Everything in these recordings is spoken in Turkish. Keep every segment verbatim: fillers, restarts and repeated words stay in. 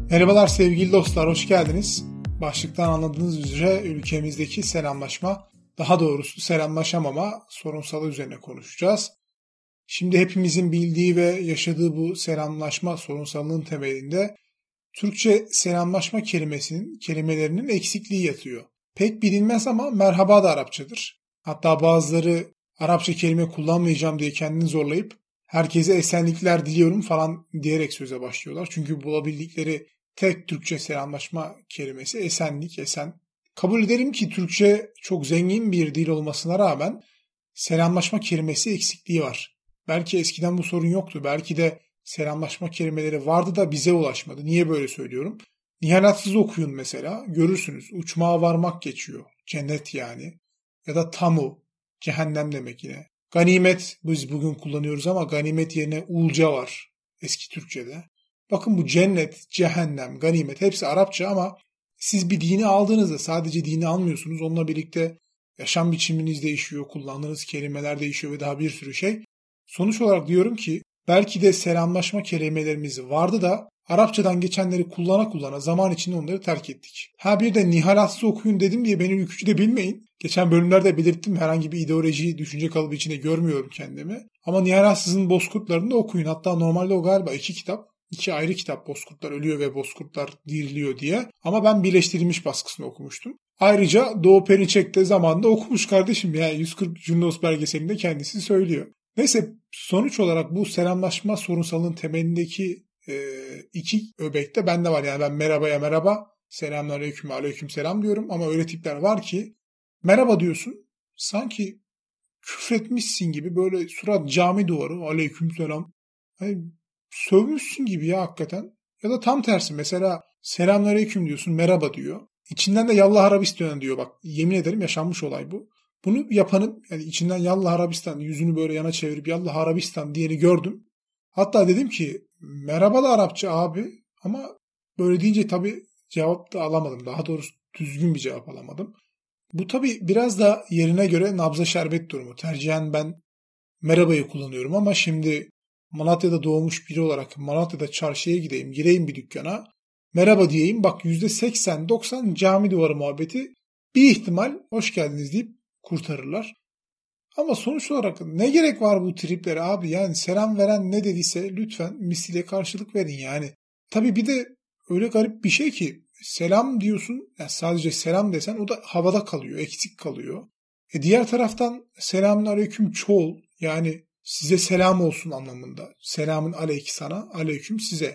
Merhabalar sevgili dostlar, hoş geldiniz. Başlıktan anladığınız üzere ülkemizdeki selamlaşma, daha doğrusu selamlaşamama sorunsalı üzerine konuşacağız. Şimdi hepimizin bildiği ve yaşadığı bu selamlaşma sorunsalının temelinde Türkçe selamlaşma kelimesinin, kelimelerinin eksikliği yatıyor. Pek bilinmez ama merhaba da Arapçadır. Hatta bazıları Arapça kelime kullanmayacağım diye kendini zorlayıp herkese esenlikler diliyorum falan diyerek söze başlıyorlar. Çünkü bulabildikleri tek Türkçe selamlaşma kelimesi esenlik, esen. Kabul ederim ki Türkçe çok zengin bir dil olmasına rağmen selamlaşma kelimesi eksikliği var. Belki eskiden bu sorun yoktu. Belki de selamlaşma kelimeleri vardı da bize ulaşmadı. Niye böyle söylüyorum? Nihalatsız okuyun mesela. Görürsünüz. Uçmağa varmak geçiyor. Cennet yani. Ya da tamu. Cehennem demek yine. Ganimet biz bugün kullanıyoruz ama ganimet yerine ulca var eski Türkçe'de. Bakın bu cennet, cehennem, ganimet hepsi Arapça ama siz bir dini aldığınızda sadece dini almıyorsunuz. Onunla birlikte yaşam biçiminiz değişiyor, kullandığınız kelimeler değişiyor ve daha bir sürü şey. Sonuç olarak diyorum ki belki de selamlaşma kelimelerimiz vardı da Arapçadan geçenleri kullana kullana zaman içinde onları terk ettik. Ha bir de nihalatsız okuyun dedim diye beni ülkücü de bilmeyin. Geçen bölümlerde belirttim, herhangi bir ideoloji, düşünce kalıbı içinde görmüyorum kendimi. Ama Nihalatsız'ın Bozkurtlarını da okuyun. Hatta normalde o galiba iki kitap. İki ayrı kitap, Bozkurtlar Ölüyor ve Bozkurtlar Diriliyor diye. Ama ben birleştirilmiş baskısını okumuştum. Ayrıca Doğu Perinçek de zamanında okumuş kardeşim. Yani yüz kırk Junlos belgeselinde kendisi söylüyor. Neyse sonuç olarak bu selamlaşma sorunsalının temelindeki e, iki öbekte bende var. Yani ben merhabaya merhaba, selamünaleyküm, aleykümselam diyorum. Ama öyle tipler var ki merhaba diyorsun, sanki küfretmişsin gibi böyle surat cami duvarı, aleykümselam. Hani sövmüşsün gibi ya hakikaten. Ya da tam tersi, mesela selamünaleyküm diyorsun, merhaba diyor. İçinden de Yallah Arabistan diyor, bak yemin ederim yaşanmış olay bu. Bunu yapanın yani içinden Yallah Arabistan, yüzünü böyle yana çevirip Yallah Arabistan diyeni gördüm. Hatta dedim ki merhaba da Arapça abi, ama böyle deyince tabii cevap da alamadım. Daha doğrusu düzgün bir cevap alamadım. Bu tabii biraz da yerine göre nabza şerbet durumu. Tercihen ben merhabayı kullanıyorum ama şimdi Malatya'da doğmuş biri olarak Malatya'da çarşıya gideyim, gireyim bir dükkana, merhaba diyeyim, bak yüzde seksen doksan cami duvarı muhabbeti, bir ihtimal hoş geldiniz deyip kurtarırlar. Ama sonuç olarak ne gerek var bu triplere abi? Yani selam veren ne dediyse lütfen misliyle karşılık verin yani. Tabii bir de öyle garip bir şey ki selam diyorsun, yani sadece selam desen o da havada kalıyor, eksik kalıyor. E diğer taraftan selamun aleyküm çoğul, yani size selam olsun anlamında. Selamın aleyki sana, aleyküm size.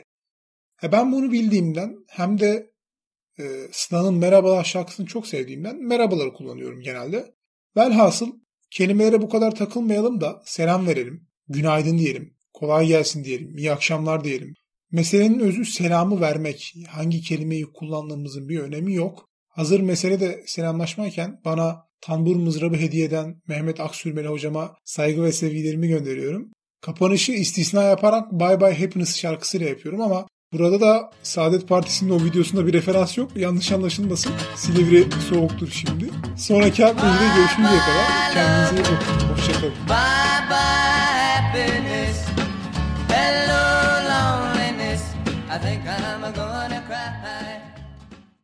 E ben bunu bildiğimden hem de e, Sıla'nın Merhabalar şarkısını çok sevdiğimden merhabaları kullanıyorum genelde. Velhasıl kelimelere bu kadar takılmayalım da selam verelim, günaydın diyelim, kolay gelsin diyelim, iyi akşamlar diyelim. Meselenin özü selamı vermek. Hangi kelimeyi kullandığımızın bir önemi yok. Hazır mesele de selamlaşmayken bana tambur mızrabı hediye eden Mehmet Aksürmeli hocama saygı ve sevgilerimi gönderiyorum. Kapanışı istisna yaparak Bye Bye Happiness şarkısıyla yapıyorum ama burada da Saadet Partisi'nin o videosunda bir referans yok. Yanlış anlaşılmasın. Silivri soğuktur şimdi. Sonraki bölümde görüşünceye kadar kendinize iyi bakın. Hoşçakalın. Bye bye happiness.